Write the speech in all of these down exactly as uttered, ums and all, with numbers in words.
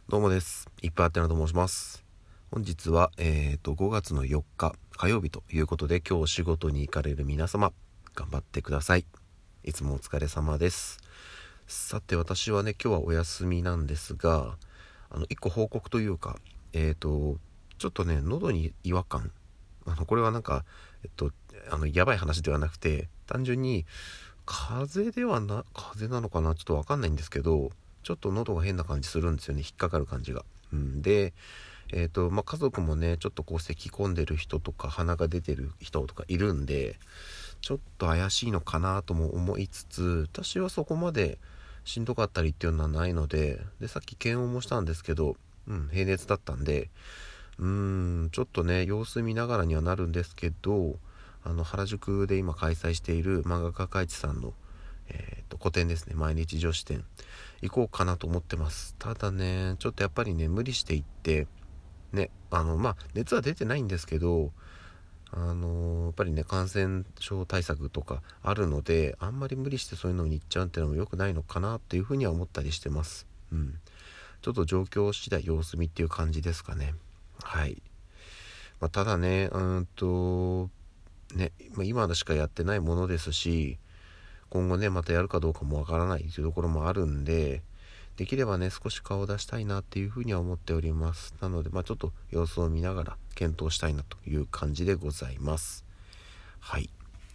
どうもです。いっぱいあってなと申します。本日は、えーと、ごがつのよっか火曜日ということで、今日仕事に行かれる皆様、頑張ってください。いつもお疲れ様です。さて、私はね、今日はお休みなんですが、あの、一個報告というか、えーと、ちょっとね、喉に違和感。あの、これはなんか、えっと、あの、やばい話ではなくて、単純に、風邪ではな、風邪なのかなちょっとわかんないんですけど、ちょっと喉が変な感じするんですよね。引っかかる感じが。うん、で、えっと、まあ、家族もね、ちょっとこう咳き込んでる人とか鼻が出てる人とかいるんで、ちょっと怪しいのかなとも思いつつ、私はそこまでしんどかったりっていうのはないので、で、さっき検温もしたんですけど、うん、平熱だったんで、うーん、ちょっとね、様子見ながらにはなるんですけど、あの、原宿で今開催している漫画家海地さんの、えーと、個展ですね、毎日女子展、行こうかなと思ってます。ただね、ちょっとやっぱりね、無理して行って、ね、あの、まあ、熱は出てないんですけど、あのーやっぱりね、感染症対策とかあるので、あんまり無理してそういうのに行っちゃうっていうのも良くないのかなっていうふうには思ったりしてます。うん。ちょっと状況次第様子見っていう感じですかね。はい。まあ、ただね、うーんと、ね、まあ、今でしかやってないものですし、今後ね、またやるかどうかもわからないというところもあるんで、できればね、少し顔を出したいなっていうふうには思っております。なので、まあちょっと様子を見ながら検討したいなという感じでございます。はい。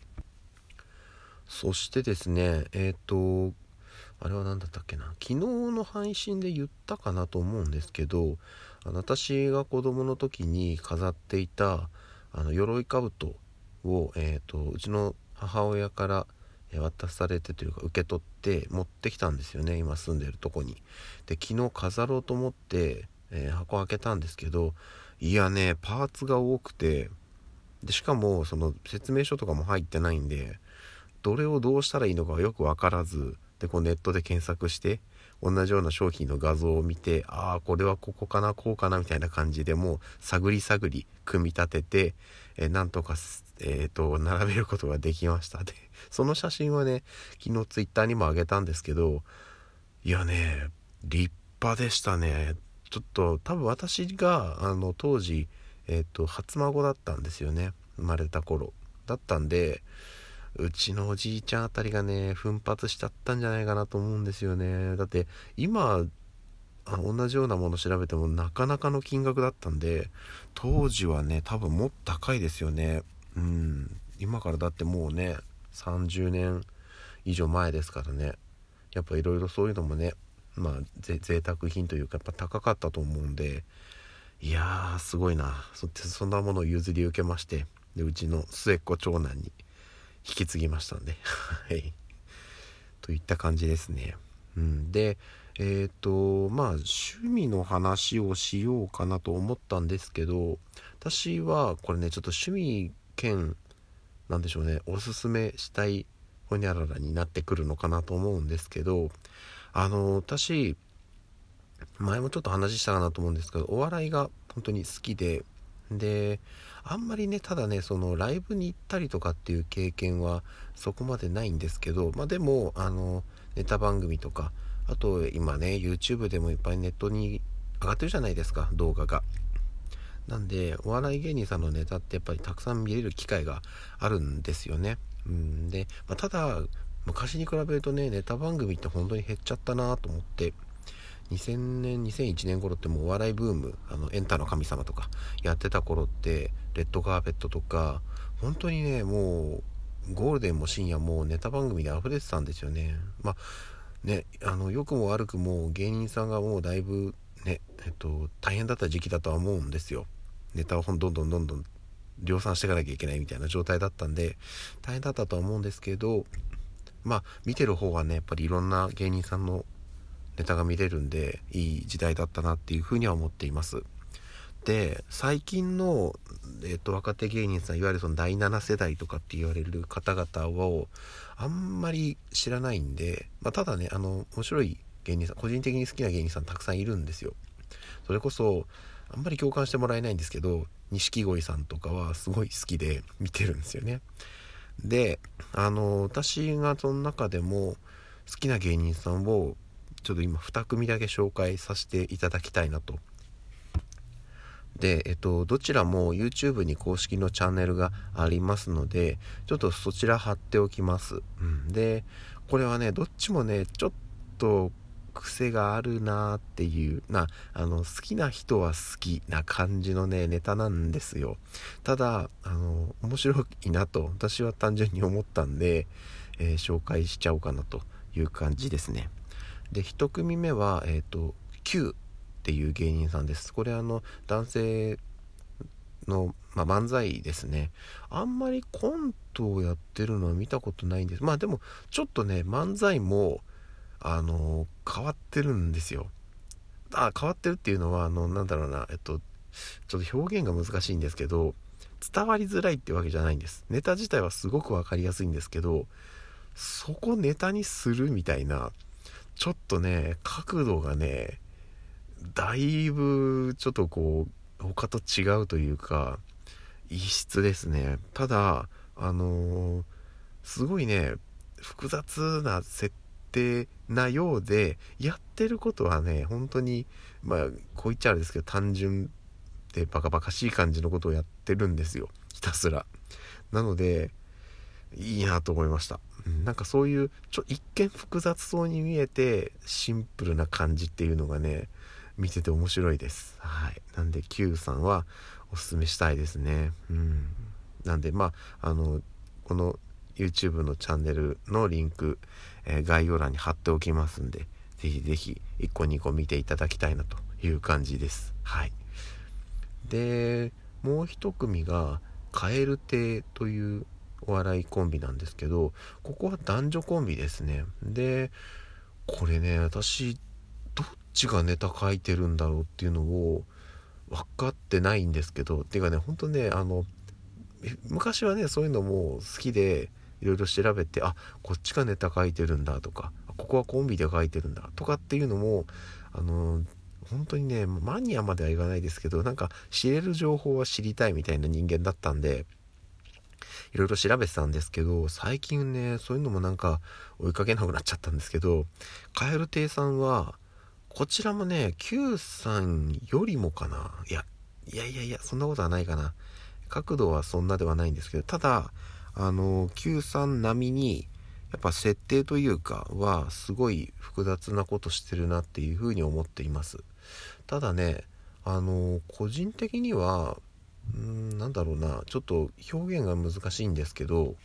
そしてですね、えっと、あれは何だったっけな。昨日の配信で言ったかなと思うんですけど、あの私が子供の時に飾っていた、あの、鎧兜を、えっと、うちの母親から渡されてというか受け取って持ってきたんですよね、今住んでるとこに。で、昨日飾ろうと思って、えー箱開けたんですけど、いやね、パーツが多くて、でしかもその説明書とかも入ってないんで、どれをどうしたらいいのかよく分からず、でこうネットで検索して同じような商品の画像を見て、ああこれはここかなこうかなみたいな感じでもう探り探り組み立てて、えーなんとかえー、と並べることができました。でその写真はね、昨日ツイッターにも上げたんですけど、いやね、立派でしたね。ちょっと多分私があの当時、えっと初孫だったんですよね、生まれた頃だったんで、うちのおじいちゃんあたりがね奮発しちゃったんじゃないかなと思うんですよね。だって今あ同じようなもの調べてもなかなかの金額だったんで、当時はね多分もっと高いですよね。うん、今からだってもうねさんじゅうねん以上前ですからね。やっぱいろいろそういうのもね、まあぜ贅沢品というかやっぱ高かったと思うんで、いやーすごいな。 そ, そんなものを譲り受けまして、でうちの末っ子長男に引き継ぎましたんではいといった感じですね。うん、でえっ、とまあ趣味の話をしようかなと思ったんですけど、私はこれねちょっと趣味兼なんでしょうね、おすすめしたいホニャララになってくるのかなと思うんですけど、あの私前もちょっと話したかなと思うんですけど、お笑いが本当に好きで、であんまりね、ただねそのライブに行ったりとかっていう経験はそこまでないんですけど、まあでもあのネタ番組とか、あと今ね YouTube でもいっぱいネットに上がってるじゃないですか、動画が。なんでお笑い芸人さんのネタってやっぱりたくさん見れる機会があるんですよね。うんで、まあ、ただ昔に比べるとね、ネタ番組って本当に減っちゃったなと思って、にせんねんにせんいちねん頃ってもうお笑いブーム、あのエンタの神様とかやってた頃って、レッドカーペットとか本当にね、もうゴールデンも深夜もネタ番組で溢れてたんですよね。まあね、あの良くも悪くも芸人さんがもうだいぶね、えっと大変だった時期だとは思うんですよ。ネタをどんどんどんどん量産していかなきゃいけないみたいな状態だったんで大変だったとは思うんですけど、まあ見てる方はねやっぱりいろんな芸人さんのネタが見れるんでいい時代だったなっていうふうには思っています。で最近の、えー、と若手芸人さん、いわゆるそのだいなな世代とかって言われる方々をあんまり知らないんで、まあ、ただねあの面白い芸人さん、個人的に好きな芸人さんたくさんいるんですよ。それこそあんまり共感してもらえないんですけど、錦鯉さんとかはすごい好きで見てるんですよね。であの私がその中でも好きな芸人さんをちょっと今に組だけ紹介させていただきたいなと。で、えっと、どちらも YouTube に公式のチャンネルがありますので、ちょっとそちら貼っておきます。うん、で、これはね、どっちもね、ちょっと癖があるなっていうな、あの、好きな人は好きな感じのね、ネタなんですよ。ただ、あの、面白いなと、私は単純に思ったんで、えー紹介しちゃおうかなという感じですね。で、一組目は、えっと、Qっていう芸人さんです。これあの男性の、まあ、漫才ですね。あんまりコントをやってるのは見たことないんです。まあでもちょっとね漫才もあの変わってるんですよ。あ、変わってるっていうのはあのなんだろうな、えっとちょっと表現が難しいんですけど、伝わりづらいってわけじゃないんです。ネタ自体はすごくわかりやすいんですけど、そこネタにするみたいな、ちょっとね角度がねだいぶちょっとこう他と違うというか異質ですね。ただあのーすごいね複雑な設定なようで、やってることはね本当にまあこう言っちゃあれですけど単純でバカバカしい感じのことをやってるんですよ、ひたすら。なのでいいなと思いました。うん、なんかそういうちょ一見複雑そうに見えてシンプルな感じっていうのがね見てて面白いです。はい。なんで Q さんはおすすめしたいですね。うん。なんでまああのこの YouTube のチャンネルのリンク、えー概要欄に貼っておきますんで、ぜひぜひいっこにこ見ていただきたいなという感じです。はい。で、もう一組が蛙亭というお笑いコンビなんですけど、ここは男女コンビですね。で、これね、私どっちがネタ書いてるんだろうっていうのを分かってないんですけど、っていうかね、ほんとね、あの昔はねそういうのも好きでいろいろ調べて、あ、こっちがネタ書いてるんだとか、ここはコンビで書いてるんだとかっていうのも、あの本当にねマニアまでは言わないですけど、なんか知れる情報は知りたいみたいな人間だったんで、いろいろ調べてたんですけど、最近ねそういうのもなんか追いかけなくなっちゃったんですけど、蛙亭さんはこちらもね Q さんよりもかな、いやいやいやいやそんなことはないかな、角度はそんなではないんですけど、ただあの Q さん並みにやっぱ設定というかはすごい複雑なことしてるなっていうふうに思っています。ただね、あの個人的にはうーんなんだろうな、ちょっと表現が難しいんですけど、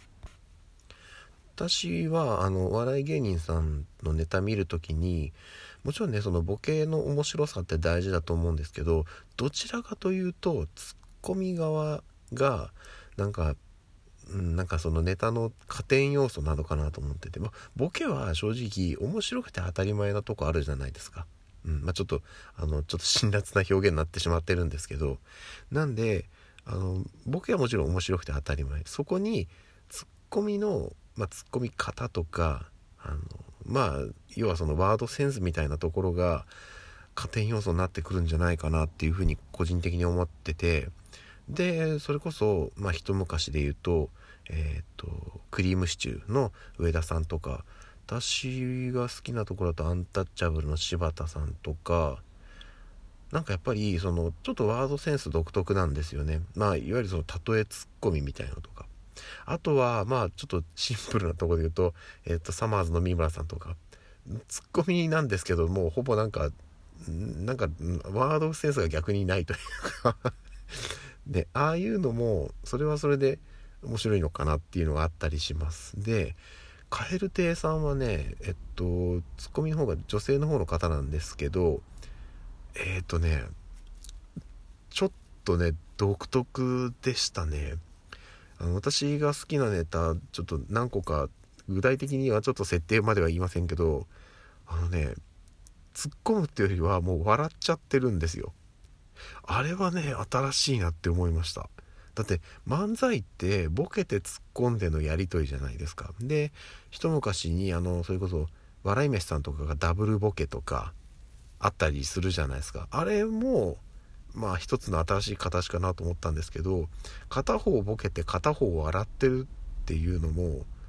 私はあの笑い芸人さんのネタ見るときに、もちろんねそのボケの面白さって大事だと思うんですけど、どちらかというとツッコミ側がなんか、うん、なんかそのネタの加点要素なのかなと思ってて、まあ、ボケは正直面白くて当たり前なとこあるじゃないですか。うんまあ、ちょっとあのちょっと辛辣な表現になってしまってるんですけど、なんであのボケはもちろん面白くて当たり前、そこにツッコミの、まあ、ツッコミ方とか、あのまあ要はそのワードセンスみたいなところが加点要素になってくるんじゃないかなっていうふうに個人的に思ってて、でそれこそ、まあ、一昔で言うとえっとクリームシチューの上田さんとか、私が好きなところだとアンタッチャブルの柴田さんとか、なんかやっぱりそのちょっとワードセンス独特なんですよね。まあいわゆるその例えツッコミみたいなのとか、あとはまあちょっとシンプルなところで言うと、えっとサマーズの三村さんとか、ツッコミなんですけどもうほぼなんかなんかワードセンスが逆にないというかで、ああいうのもそれはそれで面白いのかなっていうのがあったりします。で、蛙亭さんはね、えっとツッコミの方が女性の方の方なんですけど、えっとねちょっとね独特でしたね。あの私が好きなネタちょっと何個か、具体的にはちょっと設定までは言いませんけど、あのね突っ込むっていうよりはもう笑っちゃってるんですよ。あれはね新しいなって思いました。だって漫才ってボケて突っ込んでのやりとりじゃないですか。で一昔にあのそれこそ笑い飯さんとかがダブルボケとかあったりするじゃないですか。あれもまあ一つの新しい形かなと思ったんですけど、片方ボケて片方笑ってるっていうのも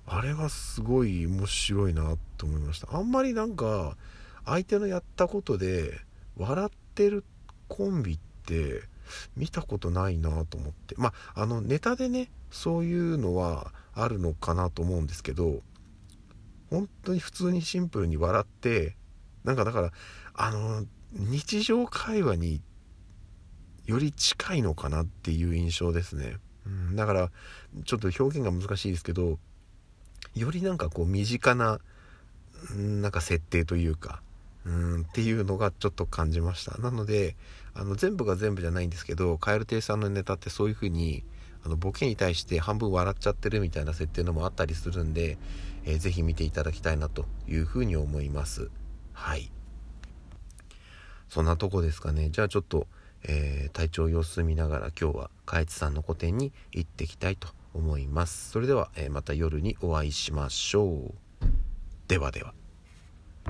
あれはすごい面白いなと思いました。あんまりなんか相手のやったことで笑ってるコンビって見たことないなと思って、まああのネタでねそういうのはあるのかなと思うんですけど、本当に普通にシンプルに笑って、なんかだからあの日常会話により近いのかなっていう印象ですね。うん、だからちょっと表現が難しいですけど、よりなんかこう身近ななんか設定というか、うんっていうのがちょっと感じました。なのであの全部が全部じゃないんですけど、蛙亭さんのネタってそういう風にあのボケに対して半分笑っちゃってるみたいな設定のもあったりするんで、えー、ぜひ見ていただきたいなという風に思います。はい、そんなとこですかね。じゃあちょっと、えー、体調様子見ながら今日はかえつさんの個展に行ってきたいと思います。それでは、えー、また夜にお会いしましょう。ではでは。